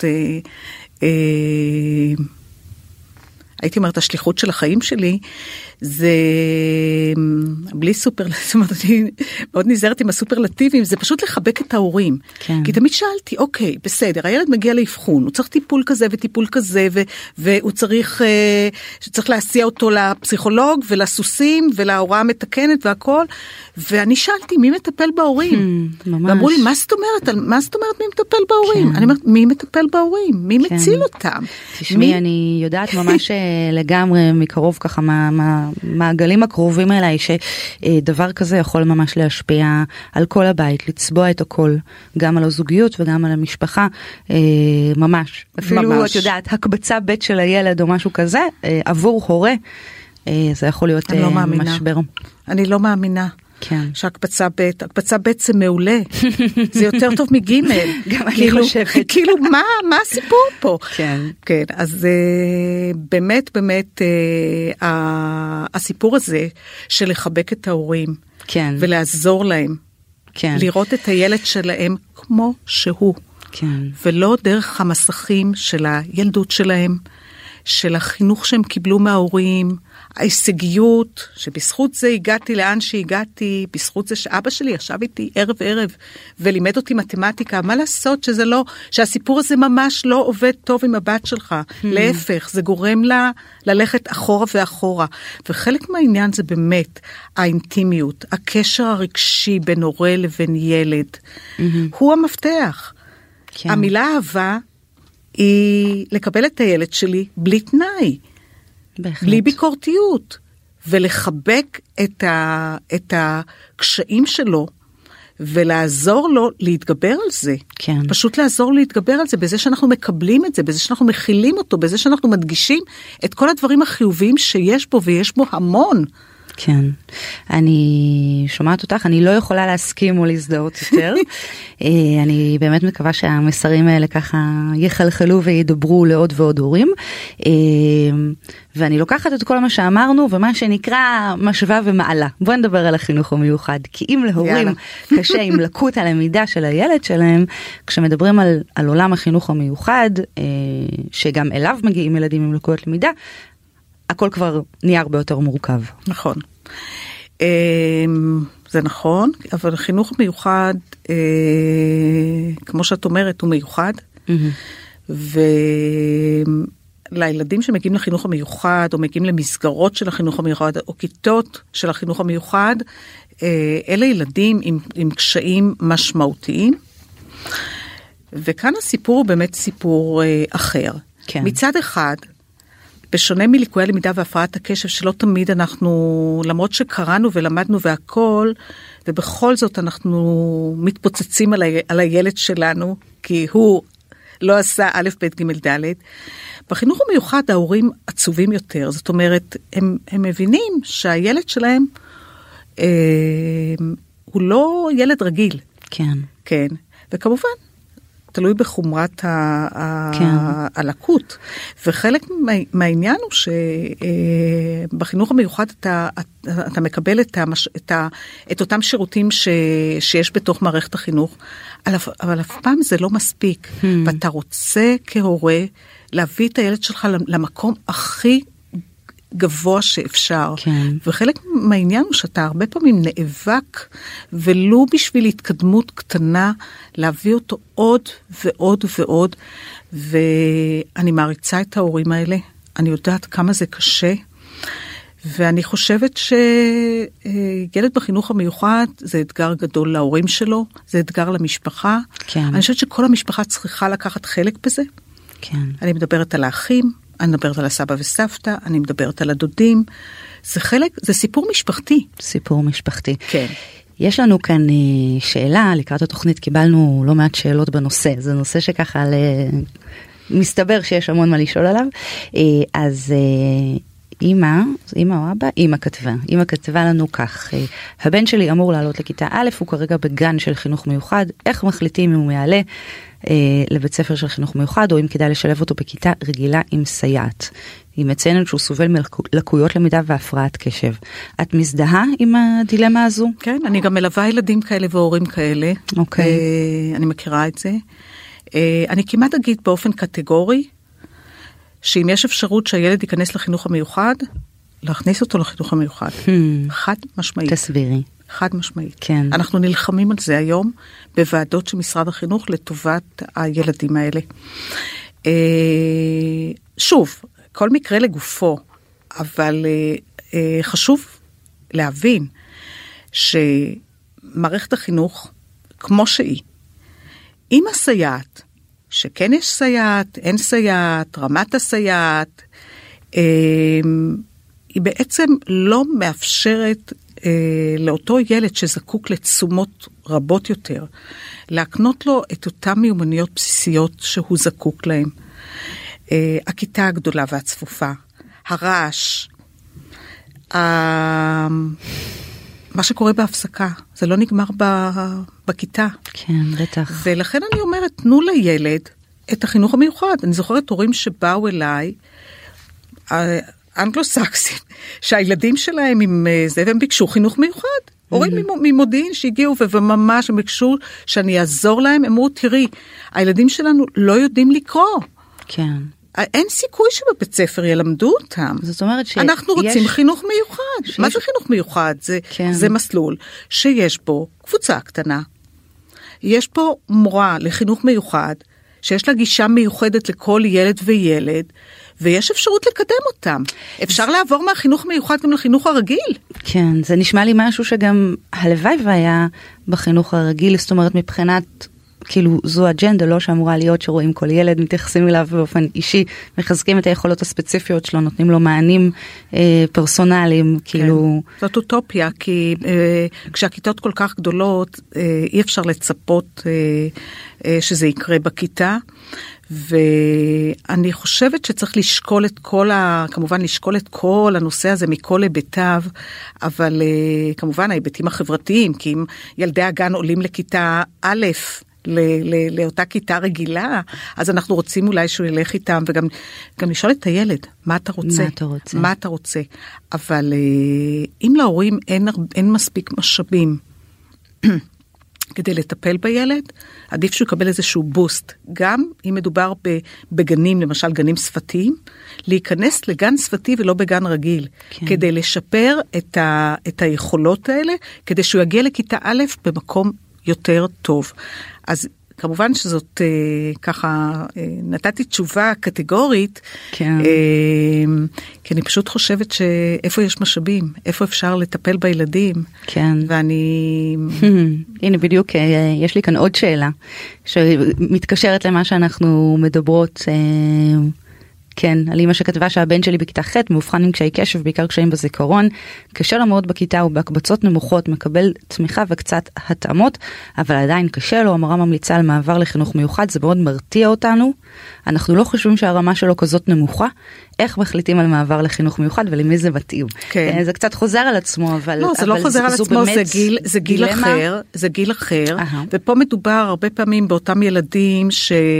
הייתי אומרת, השליחות של החיים שלי, זה בלי סופרלטיבים, אני מאוד נזהרת עם הסופרלטיבים, זה פשוט לחבק את ההורים. כן. כי תמיד שאלתי, אוקיי, בסדר, הילד מגיע לאבחון, הוא צריך טיפול כזה וטיפול כזה, והוא צריך להסיע אותו לפסיכולוג ולסוסים ולהוראה המתקנת והכל, ואני שאלתי, מי מטפל בהורים? ממש. ואמרו לי, מה זאת אומרת מי מטפל בהורים? אני אומרת, מי מטפל בהורים? מי מציל אותם? תשמעי, אני יודעת ממש לגמרי מקרוב ככה מהמעגלים הקרובים אליי, שדבר כזה יכול ממש להשפיע על כל הבית, לצבוע את הכל, גם על הזוגיות וגם על המשפחה, ממש. אפילו, את יודעת, הקבצה בית של הילד או משהו כזה, עבור הורה, זה יכול להיות משבר. אני לא מאמינה. כן. שהקבצה ב' זה מעולה. זה יותר טוב מגימל. גם אני חושבת. כאילו, מה הסיפור פה? כן. כן, אז באמת, הסיפור הזה של לחבק את ההורים. כן. ולעזור להם. כן. לראות את הילד שלהם כמו שהוא. כן. ולא דרך המסכים של הילדות שלהם, של החינוך שהם קיבלו מההורים, ההישגיות, שבזכות זה הגעתי לאן שהגעתי, בזכות זה שאבא שלי ישב איתי ערב ולימד אותי מתמטיקה, מה לעשות שזה לא, שהסיפור הזה ממש לא עובד טוב עם הבת שלך, להפך, זה גורם לה ללכת אחורה ואחורה, וחלק מהעניין זה באמת האינטימיות, הקשר הרגשי בין הורה לבין ילד, הוא המפתח. כן. המילה אהבה היא לקבל את הילד שלי בלי תנאי. בהחלט. בלי ביקורתיות, ולחבק את הקשיים שלו, ולעזור לו להתגבר על זה. כן. פשוט לעזור לו להתגבר על זה, בזה שאנחנו מקבלים את זה, בזה שאנחנו מכילים אותו, בזה שאנחנו מדגישים את כל הדברים החיוביים שיש בו, ויש בו המון. כן, אני שומעת אותך, אני לא יכולה להסכים או להזדהות יותר. אני באמת מקווה שהמסרים האלה ככה יחלחלו וידברו לעוד ועוד הורים. ואני לוקחת את כל מה שאמרנו ומה שנקרא משווה ומעלה. בואו נדבר על החינוך המיוחד, כי אם להורים קשה עם לקות הלמידה של הילד שלהם, כשמדברים על עולם החינוך המיוחד, שגם אליו מגיעים ילדים עם לקויות למידה, הכל כבר נהיה הרבה יותר מורכב. נכון. זה נכון, אבל החינוך מיוחד, כמו שאת אומרת, הוא מיוחד. ולילדים שמגיעים לחינוך המיוחד, או מגיעים למסגרות של החינוך המיוחד, או כיתות של החינוך המיוחד, אלה ילדים עם קשיים משמעותיים. וכאן הסיפור הוא באמת סיפור אחר. כן. מצד אחד, בשונה מליקויי הלמידה והפרעת הקשב, שלא תמיד אנחנו, למרות שקראנו ולמדנו והכל, ובכל זאת אנחנו מתפוצצים על הילד שלנו, כי הוא לא עשה א', ב', ג', ד'. בחינוך המיוחד ההורים עצובים יותר, זאת אומרת, הם מבינים שהילד שלהם הוא לא ילד רגיל. כן. כן, וכמובן, תלוי בחומרת הלקות. וחלק מהעניין הוא שבחינוך המיוחד אתה מקבל את אותם שירותים שיש בתוך מערכת החינוך, אבל אף פעם זה לא מספיק. ואתה רוצה כהורה להביא את הילד שלך למקום הכי גבוה שאפשר. כן. וחלק מהעניין הוא שאתה הרבה פעמים נאבק, ולו בשביל התקדמות קטנה, להביא אותו עוד ועוד ועוד, ואני מעריצה את ההורים האלה, אני יודעת כמה זה קשה, ואני חושבת שילד בחינוך המיוחד זה אתגר גדול להורים שלו, זה אתגר למשפחה. כן. אני חושבת שכל המשפחה צריכה לקחת חלק בזה. כן. אני מדברת על האחים, אני מדברת על הסבא וסבתא, אני מדברת על הדודים. זה סיפור משפחתי. סיפור משפחתי. כן. יש לנו כאן שאלה, לקראת התוכנית קיבלנו לא מעט שאלות בנושא. זה נושא שככה מסתבר שיש המון מה לשאול עליו. אז אמא או אבא? אמא כתבה לנו כך. הבן שלי אמור לעלות לכיתה א', הוא כרגע בגן של חינוך מיוחד. איך מחליטים אם הוא יעלה לבית ספר של חינוך מיוחד, או אם כדאי לשלב אותו בכיתה רגילה עם סייעת? היא מציינת שהוא סובל מלקויות למידה והפרעת קשב. את מזדהה עם הדילמה הזו? כן, אני גם מלווה ילדים כאלה והורים כאלה. אוקיי. אני מכירה את זה. אני כמעט אגיד באופן קטגורי, שאם יש אפשרות שהילד ייכנס לחינוך המיוחד, להכניס אותו לחינוך המיוחד. חד משמעית. תסבירי. חד משמעית. כן. אנחנו נלחמים על זה היום בוועדות של משרד החינוך לטובת הילדים האלה. שוב, כל מקרה לגופו, אבל חשוב להבין שמערכת החינוך, כמו שהיא, עם הסייעת, שכן יש סייעת, אין סייעת, רמת הסייעת, היא בעצם לא מאפשרת לאותו ילד שזקוק לתשומות רבות יותר, להקנות לו את אותם מיומנויות בסיסיות שהוא זקוק להם. הכיתה הגדולה והצפופה, הרעש, מה שקורה בהפסקה, זה לא נגמר בכיתה. כן, בטח. ולכן אני אומרת, תנו לילד את החינוך המיוחד. אני זוכרת הורים שבאו אליי, אנגלו-סקסים, שהילדים שלהם עם זה, והם ביקשו חינוך מיוחד. הורים ממודיעין שהגיעו וממש הם ביקשו שאני אעזור להם, הם אמרו, תראי, הילדים שלנו לא יודעים לקרוא. כן. אין סיכוי שבבית ספר ילמדו אותם. זאת אומרת אנחנו רוצים חינוך מיוחד. מה זה חינוך מיוחד? זה מסלול שיש בו קבוצה קטנה. יש פה מורה לחינוך מיוחד, שיש לה גישה מיוחדת לכל ילד וילד, ויש אפשרות לקדם אותם. אפשר לעבור מהחינוך מיוחד גם לחינוך הרגיל. כן, זה נשמע לי משהו שגם הלוואי והיה בחינוך הרגיל, זאת אומרת מבחינת כאילו זו אג'נדה לא שאמורה להיות שרואים כל ילד, מתייחסים אליו באופן אישי, מחזקים את היכולות הספציפיות שלו, נותנים לו מענים פרסונליים, כאילו... זאת אוטופיה, כי כשהכיתות כל כך גדולות, אי אפשר לצפות שזה יקרה בכיתה, ואני חושבת שצריך לשקול את כמובן לשקול את כל הנושא הזה מכל היבטיו, אבל כמובן ההיבטים החברתיים, כי אם ילדי הגן עולים לכיתה א', לאותה כיתה רגילה, אז אנחנו רוצים אולי שהוא ילך איתם, וגם לשאול את הילד, מה אתה רוצה? מה אתה רוצה? אבל אם להורים אין מספיק משאבים, כדי לטפל בילד, עדיף שהוא יקבל איזשהו בוסט. גם אם מדובר בגנים, למשל גנים שפתיים, להיכנס לגן שפתי ולא בגן רגיל, כדי לשפר את היכולות האלה, כדי שהוא יגיע לכיתה א' במקום יותר טוב. אז כמובן שזאת ככה, נתתי תשובה קטגורית, כן. כי אני פשוט חושבת שאיפה יש משאבים, איפה אפשר לטפל בילדים. כן. ואני... הנה בדיוק, יש לי כאן עוד שאלה, שמתקשרת למה שאנחנו מדברות, כן, על אמא שכתבה שהבן שלי בכיתה ח' מאובחן עם קשיי קשב, בעיקר קשיים בזיכרון, קשה לו מאוד בכיתה, הוא בהקבצות נמוכות, מקבל תמיכה וקצת התאמות, אבל עדיין קשה לו, המורה ממליצה על מעבר לחינוך מיוחד, זה מאוד מרתיע אותנו, אנחנו לא חושבים שהרמה שלו כזאת נמוכה, איך מחליטים על מעבר לחינוך מיוחד ולמי זה מתאים. כן. זה קצת חוזר על עצמו, אבל... לא, זה לא חוזר על עצמו, זה גיל אחר, זה גיל אחר, ופה מדובר הרבה פעמים באותם ילדים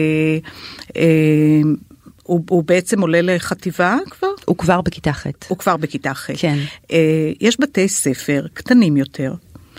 הוא בעצם עולה לחטיבה כבר? הוא כבר בכיתה ח'. הוא כבר בכיתה ח'. כן. יש בתי ספר קטנים יותר,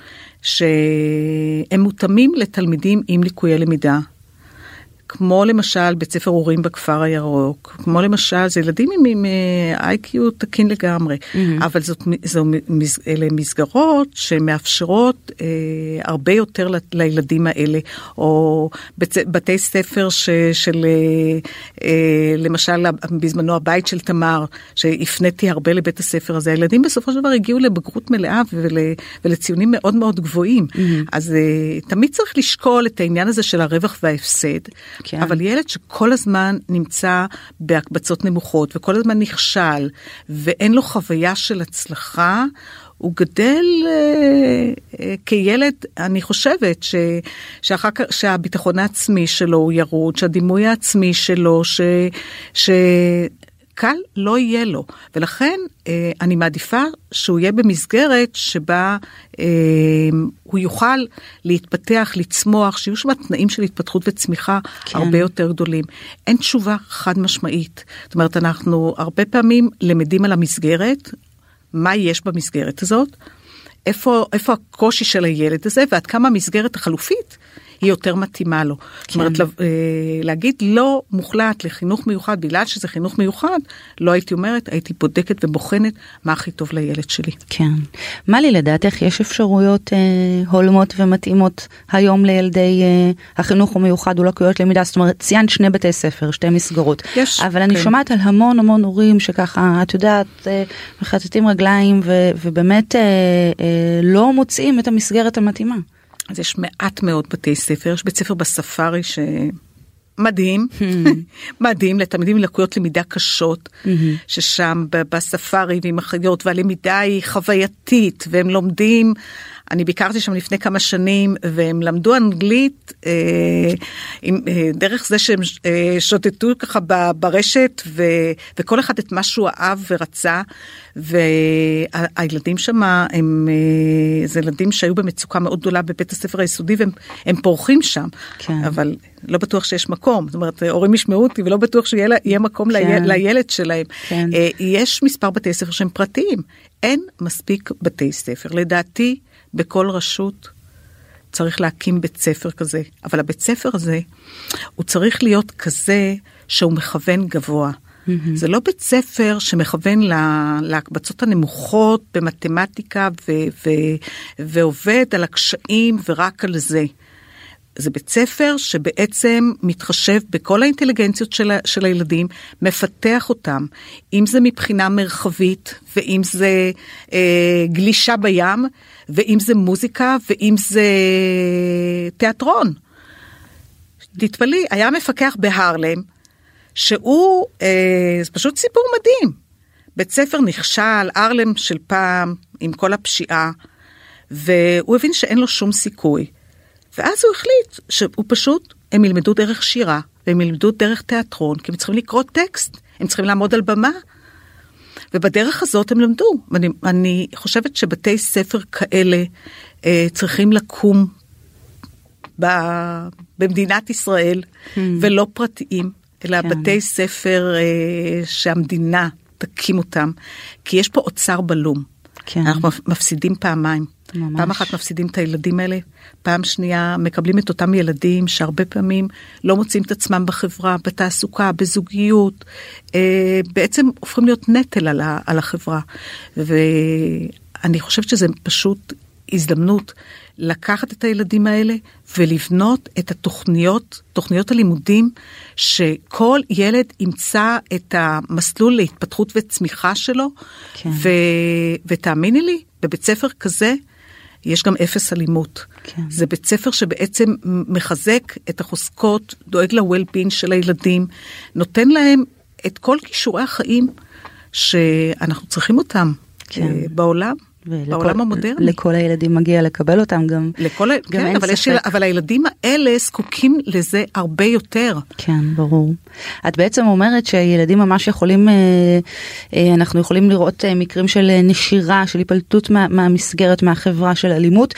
שהם מותאמים לתלמידים עם ליקויי למידה, כמו למשל בית ספר הורים בכפר הירוק, כמו למשל, זה ילדים עם איי-קיו תקין לגמרי, אבל אלה מסגרות שמאפשרות הרבה יותר לילדים האלה, או בתי ספר של, למשל, בזמנו הבית של תמר, שהפניתי הרבה לבית הספר הזה, הילדים בסופו של דבר הגיעו לבגרות מלאה ולציונים מאוד מאוד גבוהים, אז תמיד צריך לשקול את העניין הזה של הרווח וההפסד, כן. אבל ילד שכל הזמן נמצא בהקבצות נמוכות, וכל הזמן נכשל, ואין לו חוויה של הצלחה, הוא גדל כילד, אני חושבת, שאחר כך, שהביטחון העצמי שלו הוא ירוד, שהדימוי העצמי שלו, קל לא יהיה לו, ולכן אני מעדיפה שהוא יהיה במסגרת שבה הוא יוכל להתפתח, לצמוח, שיהיו שם תנאים של התפתחות וצמיחה הרבה יותר גדולים. אין תשובה חד משמעית. זאת אומרת, אנחנו הרבה פעמים למדים על המסגרת, מה יש במסגרת הזאת, איפה הקושי של הילד הזה, ועד כמה המסגרת החלופית היא יותר מתאימה לו. זאת אומרת, להגיד לא מוחלט לחינוך מיוחד, בגלל שזה חינוך מיוחד, לא הייתי אומרת, הייתי בודקת ובוחנת מה הכי טוב לילד שלי. כן. מה לי לדעתך, יש אפשרויות הולמות ומתאימות היום לילדי החינוך המיוחד ולקויות למידה? זאת אומרת, ציינת 2 בתי ספר, 2 מסגרות. יש. אבל אני שומעת על המון הורים שככה, את יודעת, מחטטים רגליים ובאמת לא מוצאים את המסגרת המתאימה. אז יש מעט מאוד בתי ספר, יש בית ספר בספארי שמדהים, מדהים לתלמידים עם לקויות למידה קשות, ששם בספארי ועם אחיות, והלמידה היא חווייתית, והם לומדים, אני ביקרתי שם לפני כמה שנים, והם למדו אנגלית, דרך זה שהם שוטטו ככה ברשת, וכל אחד את מה שהוא אהב ורצה, והילדים שם, זה ילדים שהיו במצוקה מאוד גדולה בבית הספר היסודי, והם פורחים שם, אבל לא בטוח שיש מקום, זאת אומרת, הורים ישמעו אותי, ולא בטוח שיהיה מקום לילד שלהם. יש מספר בתי ספר שהם פרטיים, אין מספיק בתי ספר, לדעתי, בכל רשות צריך להקים בית ספר כזה, אבל הבית ספר הזה, הוא צריך להיות כזה שהוא מכוון גבוה. זה לא בית ספר שמכוון להקבצות הנמוכות במתמטיקה ועובד על הקשיים ורק על זה. זה בית ספר שבעצם מתחשב בכל האינטליגנציות של הילדים, מפתח אותם, אם זה מבחינה מרחבית, ואם זה גלישה בים, ואם זה מוזיקה, ואם זה תיאטרון. תתפלאי, היה מפקח בהרלם, שהוא, זה פשוט סיפור מדהים. בית ספר נכשל, הרלם של פעם, עם כל הפשיעה, והוא הבין שאין לו שום סיכוי. ואז הוא החליט שהוא פשוט, הם ילמדו דרך שירה, והם ילמדו דרך תיאטרון, כי הם צריכים לקרוא טקסט, הם צריכים לעמוד על במה, ובדרך הזאת הם למדו. אני חושבת שבתי ספר כאלה צריכים לקום במדינת ישראל, ולא פרטיים, אלא בתי ספר שהמדינה תקים אותם, כי יש פה אוצר בלום. אנחנו מפסידים פעמיים. פעם אחת מפסידים את הילדים האלה, פעם שנייה מקבלים את אותם ילדים שהרבה פעמים לא מוצאים את עצמם בחברה, בתעסוקה, בזוגיות, בעצם הופכים להיות נטל על החברה. ואני חושבת שזה פשוט הזדמנות לקחת את הילדים האלה ולבנות את תוכניות הלימודים, שכל ילד ימצא את המסלול להתפתחות וצמיחה שלו, כן. ותאמיני לי, בבית ספר כזה, יש גם אפס אלימות. כן. זה בית ספר שבעצם מחזק את החוזקות, דואג ל-well-being של הילדים, נותן להם את כל כישורי החיים שאנחנו צריכים אותם כן. בעולם. בעולם המודרני. לכל הילדים מגיע לקבל אותם גם. כן, אבל הילדים האלה זקוקים לזה הרבה יותר. כן, ברור. את בעצם אומרת שהילדים ממש יכולים, אנחנו יכולים לראות מקרים של נשירה, של היפלטות מהמסגרת, מהחברה של אלימות,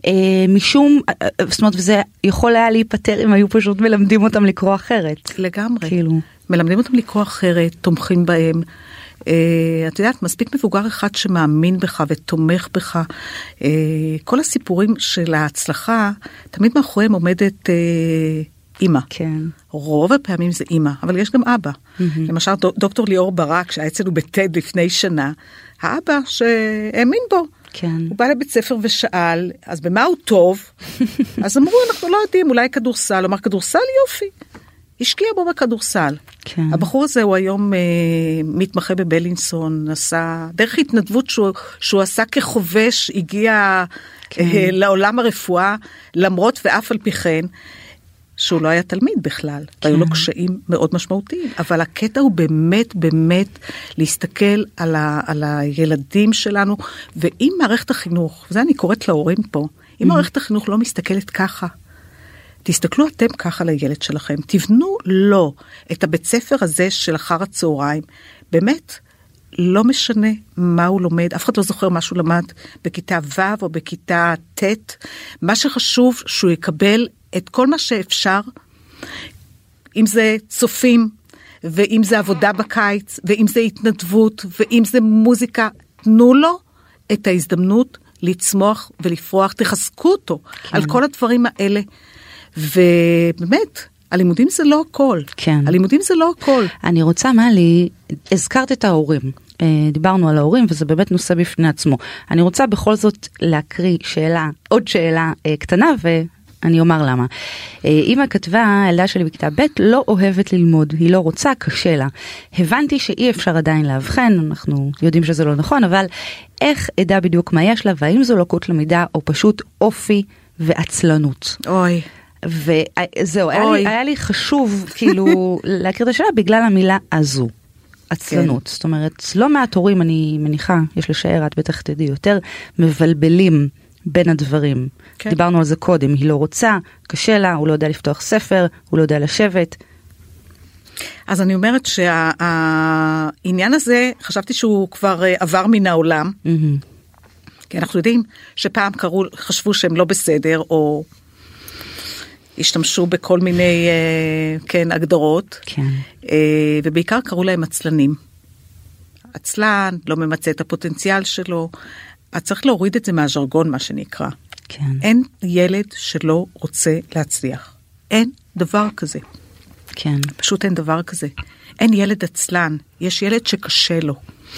משום, זאת אומרת, וזה יכול היה להיפטר אם היו פשוט מלמדים אותם לקרוא אחרת. לגמרי. כאילו. מלמדים אותם לקרוא אחרת, תומכים בהם. את יודעת, מספיק מבוגר אחד שמאמין בך ותומך בך. כל הסיפורים של ההצלחה, תמיד מאחוריהם עומדת אמא. כן. רוב הפעמים זה אמא, אבל יש גם אבא. למשל, דוקטור ליאור ברק, שהיה אצלנו בטד לפני שנה, האבא שהאמין בו. כן. הוא בא לבית ספר ושאל, אז במה הוא טוב? אז אמרו, אנחנו לא יודעים, אולי כדורסל. אמר, כדורסל יופי. השקיע בו בכדורסל. כן. הבחור הזה הוא היום מתמחה בבלינסון, עשה, דרך התנדבות שהוא עשה כחובש, הגיע כן. לעולם הרפואה, למרות ואף על פי כן, שהוא לא היה תלמיד בכלל, כן. והיו לו קשיים מאוד משמעותיים, אבל הקטע הוא באמת, באמת להסתכל על הילדים שלנו, ואם מערכת החינוך, וזה אני קוראת להורים פה, אם מערכת החינוך לא מסתכלת ככה, תסתכלו אתם ככה לילד שלכם, תבנו לו את הבית ספר הזה של אחר הצהריים, באמת לא משנה מה הוא לומד, אף אחד לא זוכר מה שהוא למד בכיתה ו' או בכיתה ט', מה שחשוב שהוא יקבל את כל מה שאפשר, אם זה צופים, ואם זה עבודה בקיץ, ואם זה התנדבות, ואם זה מוזיקה, תנו לו את ההזדמנות לצמוח ולפרוח, תחזקו אותו כן. על כל הדברים האלה, ובאמת, הלימודים זה לא הכל. כן. הלימודים זה לא הכל. אני רוצה, מלי, הזכרת את ההורים. דיברנו על ההורים, וזה באמת נושא בפני עצמו. אני רוצה בכל זאת להקריא עוד שאלה קטנה, ואני אומר למה. אמא כתבה, הילדה שלי בכיתה ב' לא אוהבת ללמוד, היא לא רוצה, קשה לה. הבנתי שאי אפשר עדיין להבחן, אנחנו יודעים שזה לא נכון, אבל איך אדע בדיוק מה יש לה, והאם זו לקות למידה, או פשוט אופי ועצלנות. אוי. וזהו, היה לי חשוב כאילו להכיר את השאלה בגלל המילה הזו, עצלנות. זאת אומרת, לא מעט הורים, אני מניחה, יש לשער, את בטח תדעי יותר, מבלבלים בין הדברים. דיברנו על זה קודם, היא לא רוצה, קשה לה, הוא לא יודע לפתוח ספר, הוא לא יודע לשבת. אז אני אומרת שהעניין הזה, חשבתי שהוא כבר עבר מן העולם, כי אנחנו יודעים שפעם חשבו שהם לא בסדר, או השתמשו בכל מיני כן, הגדרות, כן. ובעיקר קראו להם עצלנים. עצלן, לא ממצא את הפוטנציאל שלו, אז צריך להוריד את זה מהז'רגון, מה שנקרא. כן. אין ילד שלא רוצה להצליח. אין דבר כזה. כן. פשוט אין דבר כזה. אין ילד עצלן, יש ילד שקשה לו.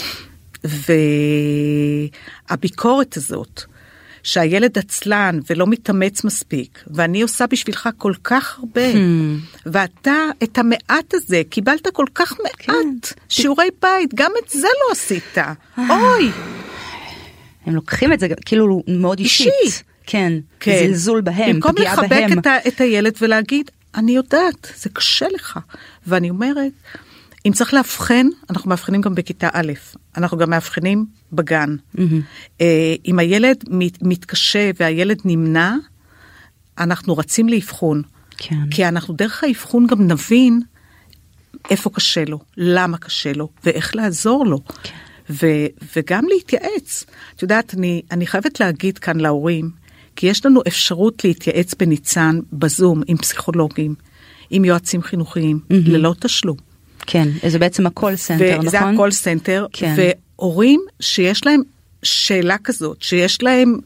והביקורת הזאת, שהילד עצלן ולא מתאמץ מספיק, ואני עושה בשבילך כל כך הרבה, ואתה את המעט הזה קיבלת כל כך מעט, שיעורי בית, גם את זה לא עשית. אוי! הם לוקחים את זה כאילו מאוד אישית. כן, זלזול בהם, במקום לחבק את הילד ולהגיד, אני יודעת, זה קשה לך. ואני אומרת, אם צריך להבחן, אנחנו מאבחנים גם בכיתה א', אנחנו גם מאבחנים בגן. אם הילד מתקשה והילד נמנע, אנחנו רצים לאבחון. כן. כי אנחנו דרך האבחון גם נבין איפה קשה לו, למה קשה לו, ואיך לעזור לו. כן. וגם להתייעץ. את יודעת, אני חייבת להגיד כאן להורים, כי יש לנו אפשרות להתייעץ בניצן, בזום, עם פסיכולוגים, עם יועצים חינוכיים, ללא תשלום. כן, זה בעצם הקול סנטר, נכון? וזה הקול סנטר, כן. והורים שיש להם שאלה כזאת, שיש להם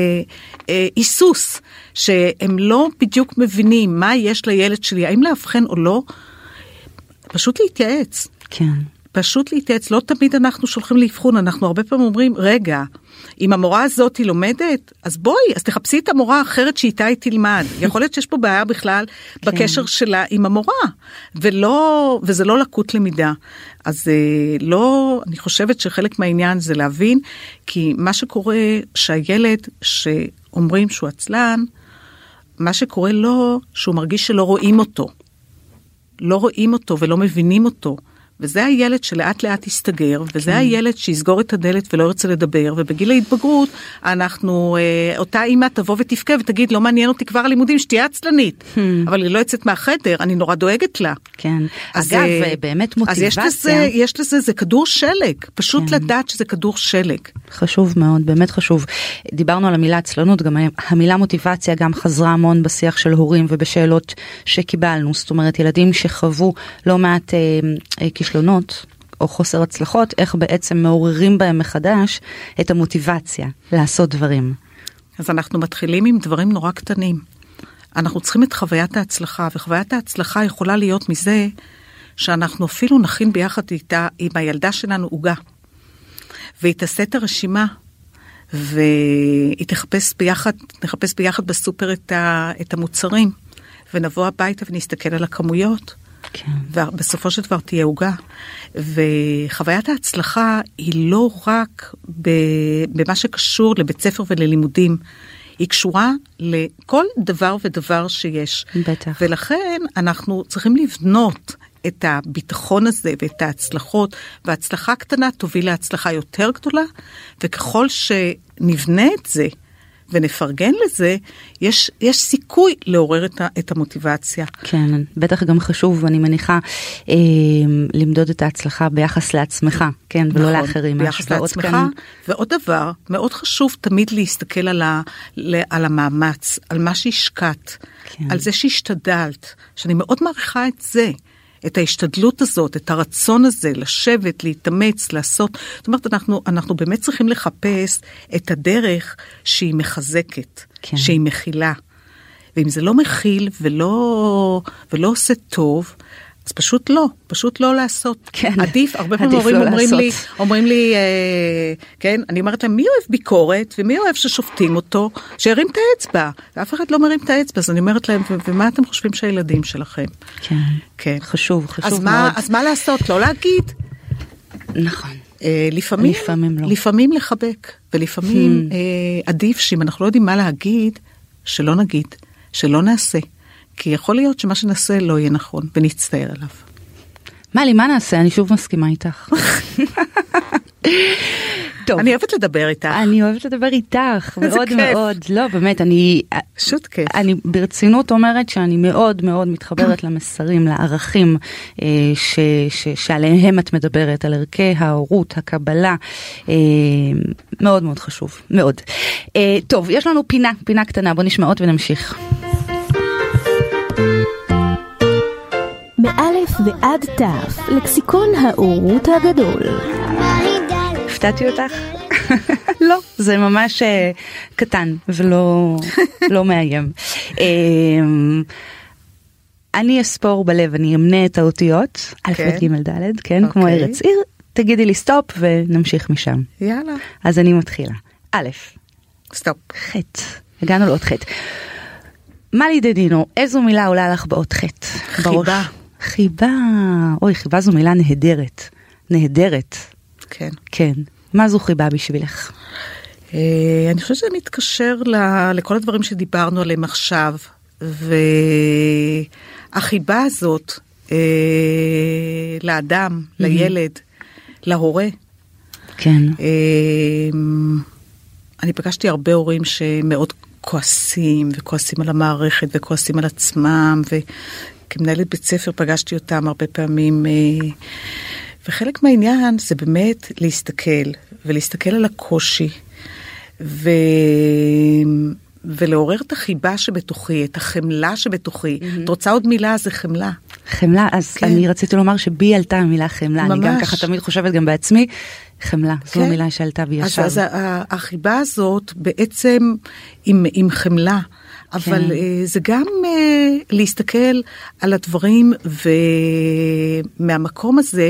איסוס, שהם לא בדיוק מבינים מה יש לילד שלי, האם להבחן או לא, פשוט להתייעץ. כן. פשוט להתייעץ, לא תמיד אנחנו שולחים לאבחון, אנחנו הרבה פעמים אומרים, רגע, אם המורה הזאת היא לומדת, אז בואי, אז תחפשי את המורה האחרת שאיתה היא תלמד. יכול להיות שיש פה בעיה בכלל בקשר שלה עם המורה, וזה לא לקות למידה. אז לא, אני חושבת שחלק מהעניין זה להבין, כי מה שקורה שהילד שאומרים שהוא עצלן, מה שקורה לו, שהוא מרגיש שלא רואים אותו. לא רואים אותו ולא מבינים אותו. וזה הילד שלאט לאט יסתגר, וזה הילד שיסגור את הדלת ולא ירצה לדבר, ובגיל ההתבגרות אנחנו, אותה אימא תבוא ותפקה ותגיד, לא מעניין אותי כבר הלימודים, שתהיה עצלנית, אבל היא לא יוצאת מהחדר, אני נורא דואגת לה. כן, אגב, באמת מוטיבציה. אז יש לזה, זה כדור שלג, פשוט לדעת שזה כדור שלג. חשוב מאוד, באמת חשוב. דיברנו על המילה עצלנות, גם המילה מוטיבציה גם חזרה המון בשיח של הורים ובשאלות שקיבלנו, זאת אומרת, ילדים שחוו לא מעט כישלונות או חוסר הצלחות, איך בעצם מעוררים בהם מחדש את המוטיבציה לעשות דברים. אז אנחנו מתחילים עם דברים נורא קטנים. אנחנו צריכים את חוויית ההצלחה, וחוויית ההצלחה יכולה להיות מזה שאנחנו אפילו נכין ביחד איתה, עם הילדה שלנו עוגה, והיא תעשה את הרשימה, והיא נחפש ביחד בסופר את המוצרים, ונבוא הביתה ונסתכל על הכמויות, כן. ובסופו של דבר תהיה עוגה. וחוויית ההצלחה היא לא רק במה שקשור לבית ספר וללימודים, היא קשורה לכל דבר ודבר שיש. בטח. ולכן אנחנו צריכים לבנות את הביטחון הזה ואת ההצלחות, וההצלחה קטנה תוביל להצלחה יותר גדולה, וככל שנבנה את זה, ונפרגן לזה, יש סיכוי לעורר את המוטיבציה. כן, בטח גם חשוב, אני מניחה, למדוד את ההצלחה ביחס לעצמך, כן, ולא לאחרים. ביחס לעצמך, ועוד דבר, מאוד חשוב תמיד להסתכל על המאמץ, על מה שהשקעת, על זה שהשתדלת, שאני מאוד מעריכה את זה, את ההשתדלות הזאת, את הרצון הזה, לשבת, להתאמץ, לעשות. זאת אומרת, אנחנו באמת צריכים לחפש את הדרך שהיא מחזקת, כן. שהיא מכילה. ואם זה לא מכיל ולא עושה טוב, אז פשוט לא לעשות. כן. עדיף, הרבה פעמים אומרים לי, כן, אני אומרת להם, מי אוהב ביקורת, ומי אוהב ששופטים אותו, שירים את האצבע. ואף אחד לא מרים את האצבע, אז אני אומרת להם, ומה אתם חושבים שהילדים שלכם? כן. כן. חשוב מאוד. אז מה לעשות? לא להגיד? נכון. לפעמים לחבק, ולפעמים עדיף שאם אנחנו לא יודעים מה להגיד, שלא נגיד, שלא נעשה. כי יכול להיות שמה שנעשה לא יהיה נכון, ונצטער עליו. מלי, מה נעשה? אני שוב מסכימה איתך. טוב. אני אוהבת לדבר איתך. אני אוהבת לדבר איתך, מאוד מאוד. לא, באמת, פשוט כיף. אני ברצינות אומרת שאני מאוד מאוד מתחברת למסרים, לערכים שעליהם את מדברת, על ערכי ההורות, הקבלה. מאוד מאוד חשוב, מאוד. טוב, יש לנו פינה קטנה, בוא נשמע עוד ונמשיך. מאלף ועד תף, לקסיקון ההורות הגדול. הפתעתי אותך? לא, זה ממש קטן ולא מאיים. אני אספור בלב, אני אמנה את האותיות, א' ב' ג' ד', כן, כמו ארץ עיר, תגידי לי סטופ ונמשיך משם. יאללה. אז אני מתחילה. א', סטופ. ח', הגענו לאות ח'. מלי דדינו, איזו מילה עולה לך באות ח'? חיבה. חיבה. אוי, חיבה זו מילה נהדרת. נהדרת. כן. כן. מה זו חיבה בשבילך? אני חושבת שזה מתקשר לכל הדברים שדיברנו עליהם עכשיו, החיבה הזאת לאדם, לילד, להורה. כן. אני פגשתי הרבה הורים שמאוד כועסים, וכועסים על המערכת, וכועסים על עצמם, וכמנהלת בית ספר פגשתי אותם הרבה פעמים, וחלק מהעניין זה באמת להסתכל על הקושי, ולעורר את החיבה שבתוכי, את החמלה שבתוכי. את רוצה עוד מילה, זה חמלה. חמלה, אז אני רציתי לומר שבי עלתה המילה חמלה. אני גם ככה תמיד חושבת גם בעצמי, חמלה. זו המילה שעלתה בי ישר. אז החיבה הזאת בעצם עם חמלה, אבל זה גם להסתכל על הדברים, ומהמקום הזה,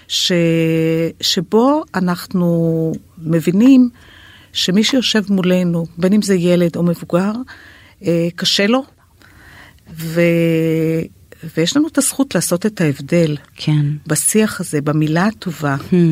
שבו אנחנו מבינים, שמי שיושב מולנו, בין אם זה ילד או מבוגר, קשה לו, ויש לנו את הזכות לעשות את ההבדל. כן. בשיח הזה, במילה הטובה,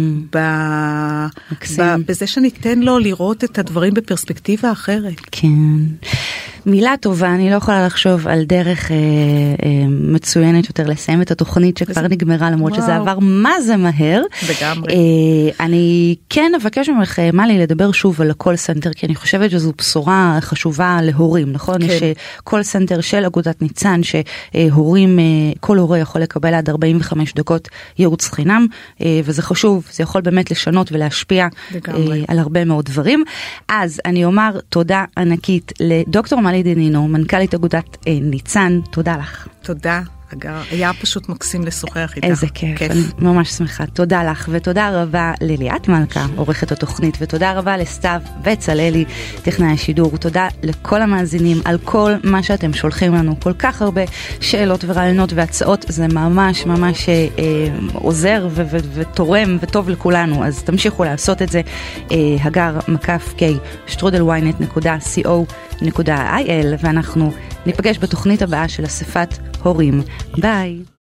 בזה שניתן לו לראות את הדברים בפרספקטיבה אחרת. כן. מילה טובה, אני לא יכולה לחשוב על דרך מצוינת יותר לסיים את התוכנית שכבר נגמרה, למרות שזה עבר מה זה מהר. לגמרי. אני כן אבקש ממך, מלי, לדבר שוב על הקול סנטר, כי אני חושבת שזו בשורה חשובה להורים, נכון? יש קול סנטר של אגודת ניצן, שהורים, כל הורה יכול לקבל עד 45 דקות ייעוץ חינם, וזה חשוב, זה יכול באמת לשנות ולהשפיע על הרבה מאוד דברים. אז אני אומר תודה ענקית לדוקטור מלי דנינו, מנכ"לית אגודת ניצן, תודה לך. תודה, אגר, היה פשוט מקסים לשוחח איתך. איזה כיף, אני ממש שמחה. תודה לך, ותודה רבה לליאת מלכה, עורכת התוכנית, ותודה רבה לסתיו בצלאלי, טכנאי השידור. תודה לכל המאזינים על כל מה שאתם שולחים לנו, כל כך הרבה שאלות ורעיונות והצעות, זה ממש ממש עוזר ותורם וטוב לכולנו, אז תמשיכו לעשות את זה. הגר מקף k@ynet.co.il, ואנחנו ניפגש בתוכנית הבאה של אספת הורים. ביי.